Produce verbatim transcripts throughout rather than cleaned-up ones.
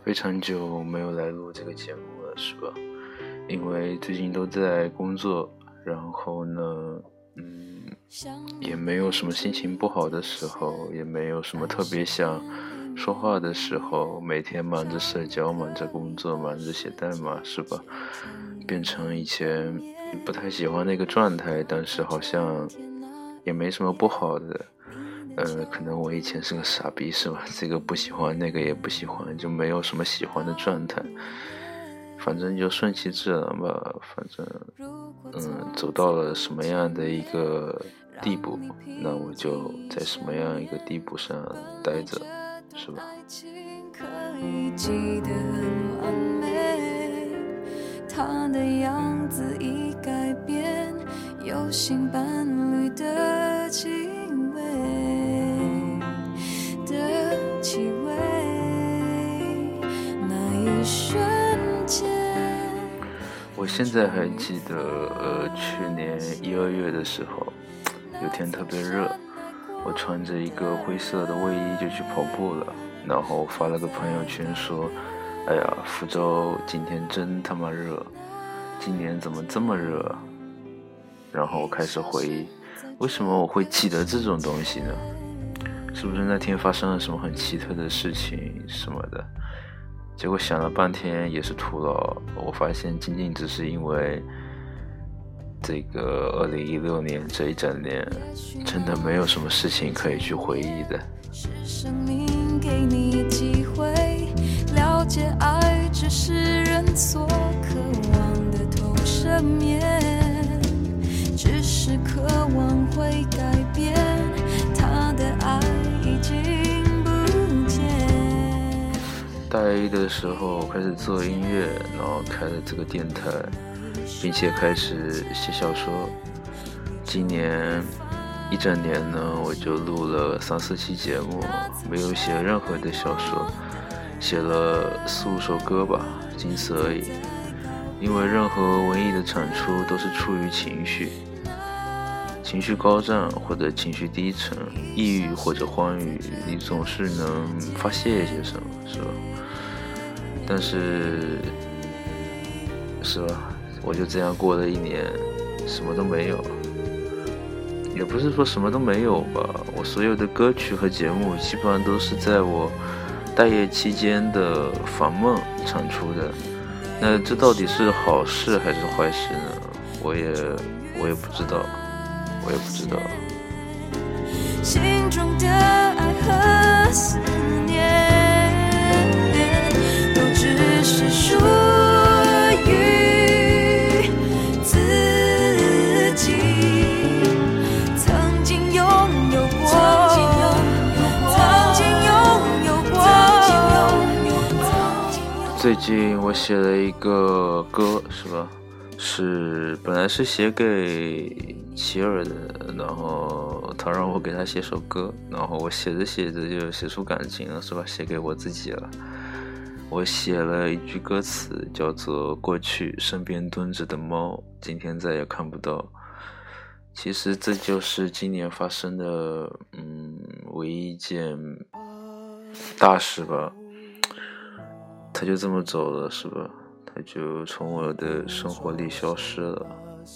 非常久没有来录这个节目了，是吧？因为最近都在工作，然后呢，嗯，也没有什么心情不好的时候，也没有什么特别想说话的时候，每天忙着社交，忙着工作，忙着写代码，是吧？变成以前不太喜欢那个状态，但是好像也没什么不好的。呃，可能我以前是个傻逼，是吧？这个不喜欢，那个也不喜欢，就没有什么喜欢的状态。反正就顺其自然吧。反正，嗯，走到了什么样的一个地步，那我就在什么样一个地步上待着，是吧？ 他的样子已改变，有新伴侣的气味的气味，那一瞬间。 我现在还记得，呃，去年一二月的时候，有天特别热，我穿着一个灰色的卫衣就去跑步了，然后发了个朋友圈说，哎呀，福州今天真他妈热，今年怎么这么热？然后我开始回忆，为什么我会记得这种东西呢？是不是那天发生了什么很奇特的事情什么的？结果想了半天也是徒劳，我发现仅仅只是因为这个二零一六年这一整年真的没有什么事情可以去回忆的。 是生命给你机会了解爱，只是人所渴望的投射面，只是渴望会改变，他的爱已经不见。 大一的时候开始做音乐，然后开了这个电台，并且开始写小说。今年一整年呢，我就录了三四期节目，没有写任何的小说，写了四五首歌吧，仅此而已。因为任何文艺的产出都是出于情绪，情绪高涨或者情绪低沉，抑郁或者欢愉，你总是能发泄一些什么，是吧？但是，是吧？我就这样过了一年，什么都没有。也不是说什么都没有吧，我所有的歌曲和节目基本上都是在我待业期间的访梦产出的。那这到底是好事还是坏事呢？我也我也不知道，我也不知道。 心中的爱和思念都只是属于自己，曾经拥有过，曾经拥有过。 最近我写了一个歌，是吧？是本来是写给齐尔的，然后他让我给他写首歌，然后我写着写着就写出感情了，是吧？写给我自己了。我写了一句歌词，叫做过去身边蹲着的猫，今天再也看不到。其实这就是今年发生的嗯唯一一件大事吧。他就这么走了，是吧？他就从我的生活里消失了。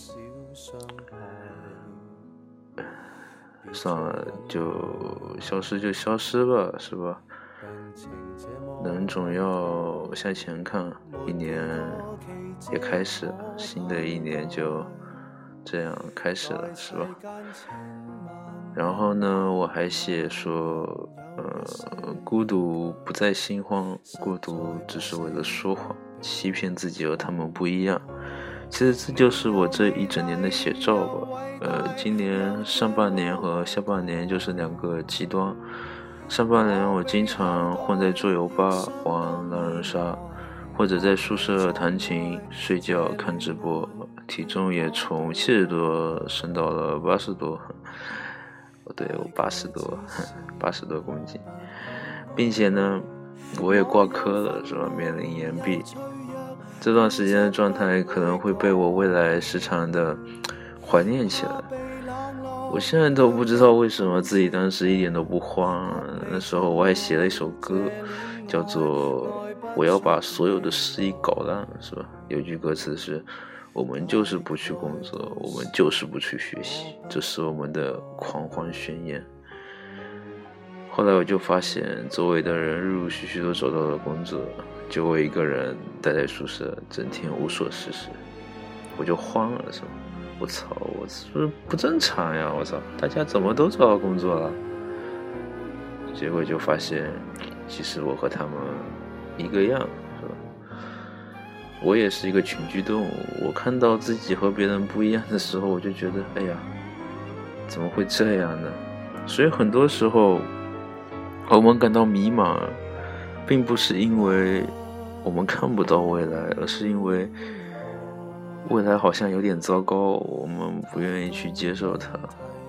算了，就消失就消失吧，是吧？人总要向前看，一年也开始了，新的一年就这样开始了，是吧？然后呢，我还写说呃，孤独不再心慌，孤独只是为了说谎，欺骗自己和他们不一样。其实这就是我这一整年的写照吧。呃，今年上半年和下半年就是两个极端。上半年我经常混在桌游吧玩狼人杀，或者在宿舍弹琴、睡觉、看直播，体重也从七十多升到了八十多。哦，对，我八十多，八十多公斤，并且呢，我也挂科了，是吧？面临延毕，这段时间的状态可能会被我未来时常的怀念起来。我现在都不知道为什么自己当时一点都不慌，那时候我还写了一首歌，叫做我要把所有的事业搞烂，是吧？有句歌词是，我们就是不去工作，我们就是不去学习，这是我们的狂欢宣言。后来我就发现周围的人陆陆续续都找到了工作，就我一个人待在宿舍，整天无所事事，我就慌了，是吧？我操，我是不是不正常呀？我操，大家怎么都找到工作了？结果就发现，其实我和他们一个样，是吧？我也是一个群居动物，我看到自己和别人不一样的时候，我就觉得，哎呀，怎么会这样呢？所以很多时候，我们感到迷茫，并不是因为我们看不到未来，而是因为未来好像有点糟糕，我们不愿意去接受它。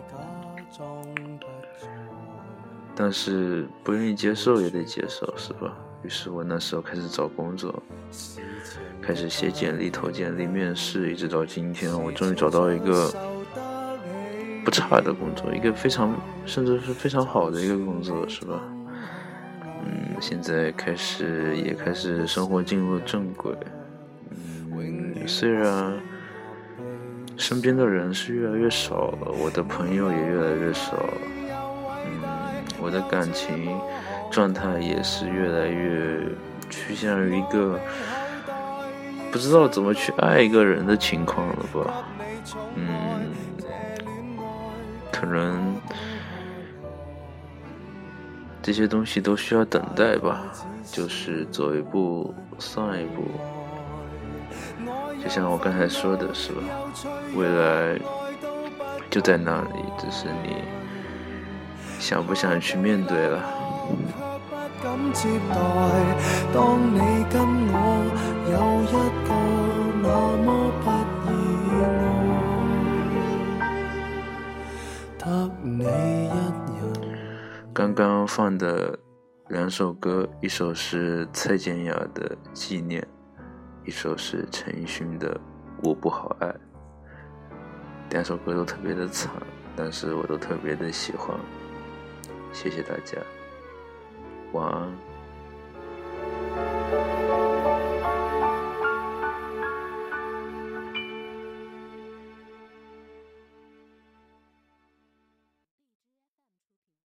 但是不愿意接受也得接受，是吧？于是我那时候开始找工作，开始写简历、投简历、面试，一直到今天，我终于找到一个不差的工作，一个非常甚至是非常好的一个工作，是吧？嗯，现在开始也开始生活进入了正轨。嗯，虽然身边的人是越来越少了，我的朋友也越来越少了，嗯，我的感情状态也是越来越趋向于一个不知道怎么去爱一个人的情况了吧。嗯，可能这些东西都需要等待吧，就是走一步算一步。就像我刚才说的，是吧？未来就在那里，只是你想不想去面对了。当你跟我有一个那么不意外，得你一人。刚刚放的两首歌，一首是蔡健雅的《纪念》，一首是陈奕迅的《我不好爱》。两首歌都特别的惨，但是我都特别的喜欢。谢谢大家，晚安。